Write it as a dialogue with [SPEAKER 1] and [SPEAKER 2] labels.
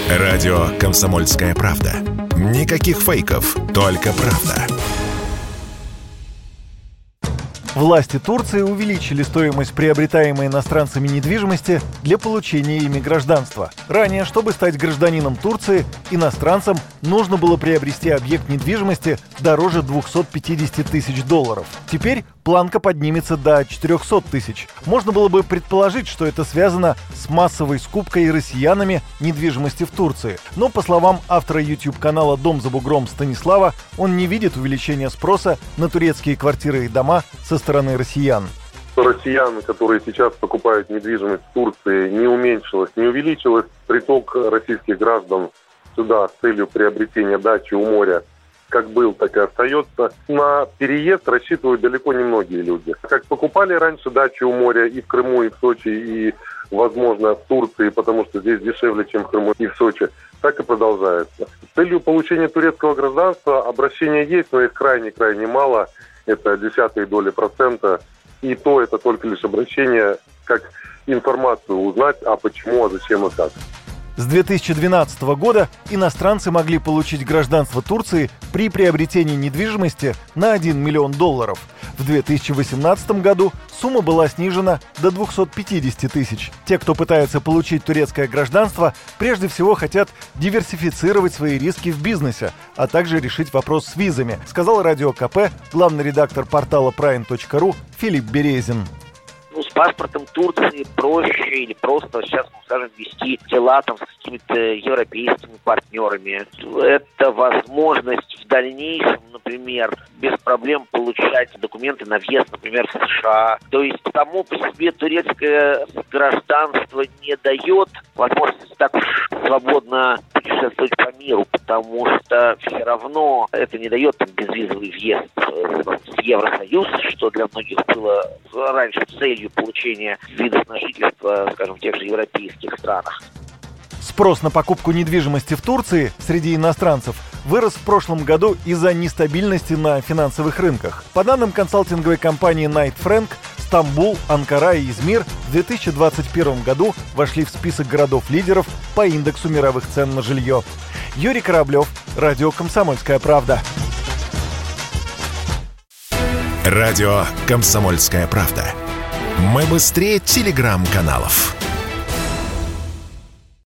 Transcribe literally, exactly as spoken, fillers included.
[SPEAKER 1] Радио «Комсомольская правда». Никаких фейков, только правда.
[SPEAKER 2] Власти Турции увеличили стоимость приобретаемой иностранцами недвижимости для получения ими гражданства. Ранее, чтобы стать гражданином Турции, иностранцам нужно было приобрести объект недвижимости дороже двухсот пятидесяти тысяч долларов. Теперь планка поднимется до четырехсот тысяч. Можно было бы предположить, что это связано с массовой скупкой россиянами недвижимости в Турции. Но, по словам автора YouTube-канала «Дом за бугром» Станислава, он не видит увеличения спроса на турецкие квартиры и дома со стороны россиян.
[SPEAKER 3] Россиян, которые сейчас покупают недвижимость в Турции, не уменьшилось, не увеличилось. Приток российских граждан сюда с целью приобретения дачи у моря как был, так и остается. На переезд рассчитывают далеко не многие люди. Как покупали раньше дачи у моря и в Крыму, и в Сочи, и, возможно, в Турции, потому что здесь дешевле, чем в Крыму и в Сочи, так и продолжается. С целью получения турецкого гражданства обращения есть, но их крайне-крайне мало. Это десятые доли процента. И то это только лишь обращение, как информацию узнать, а почему, а зачем и как.
[SPEAKER 2] С две тысячи двенадцатого года иностранцы могли получить гражданство Турции при приобретении недвижимости на один миллион долларов. В две тысячи восемнадцатом году сумма была снижена до двухсот пятидесяти тысяч. Те, кто пытается получить турецкое гражданство, прежде всего хотят диверсифицировать свои риски в бизнесе, а также решить вопрос с визами, сказал Радио КП главный редактор портала прайм точка ру Филипп Березин.
[SPEAKER 4] Ну, с паспортом Турции проще или просто сейчас, ну, скажем, вести дела там с какими-то европейскими партнерами. Это возможность в дальнейшем, например, без проблем получать документы на въезд, например, в США. То есть само по себе турецкое гражданство не дает возможности так уж свободно путешествовать по миру, потому что все равно это не дает там безвизовый въезд в Евросоюз, что для многих было раньше целью получения видов на жительство, скажем, в тех же европейских странах.
[SPEAKER 2] Спрос на покупку недвижимости в Турции среди иностранцев вырос в прошлом году из-за нестабильности на финансовых рынках. По данным консалтинговой компании Найт Фрэнк, Стамбул, Анкара и Измир в две тысячи двадцать первом году вошли в список городов-лидеров по индексу мировых цен на жилье. Юрий Кораблев, Радио «Комсомольская правда».
[SPEAKER 1] Радио «Комсомольская правда». Мы быстрее телеграм-каналов.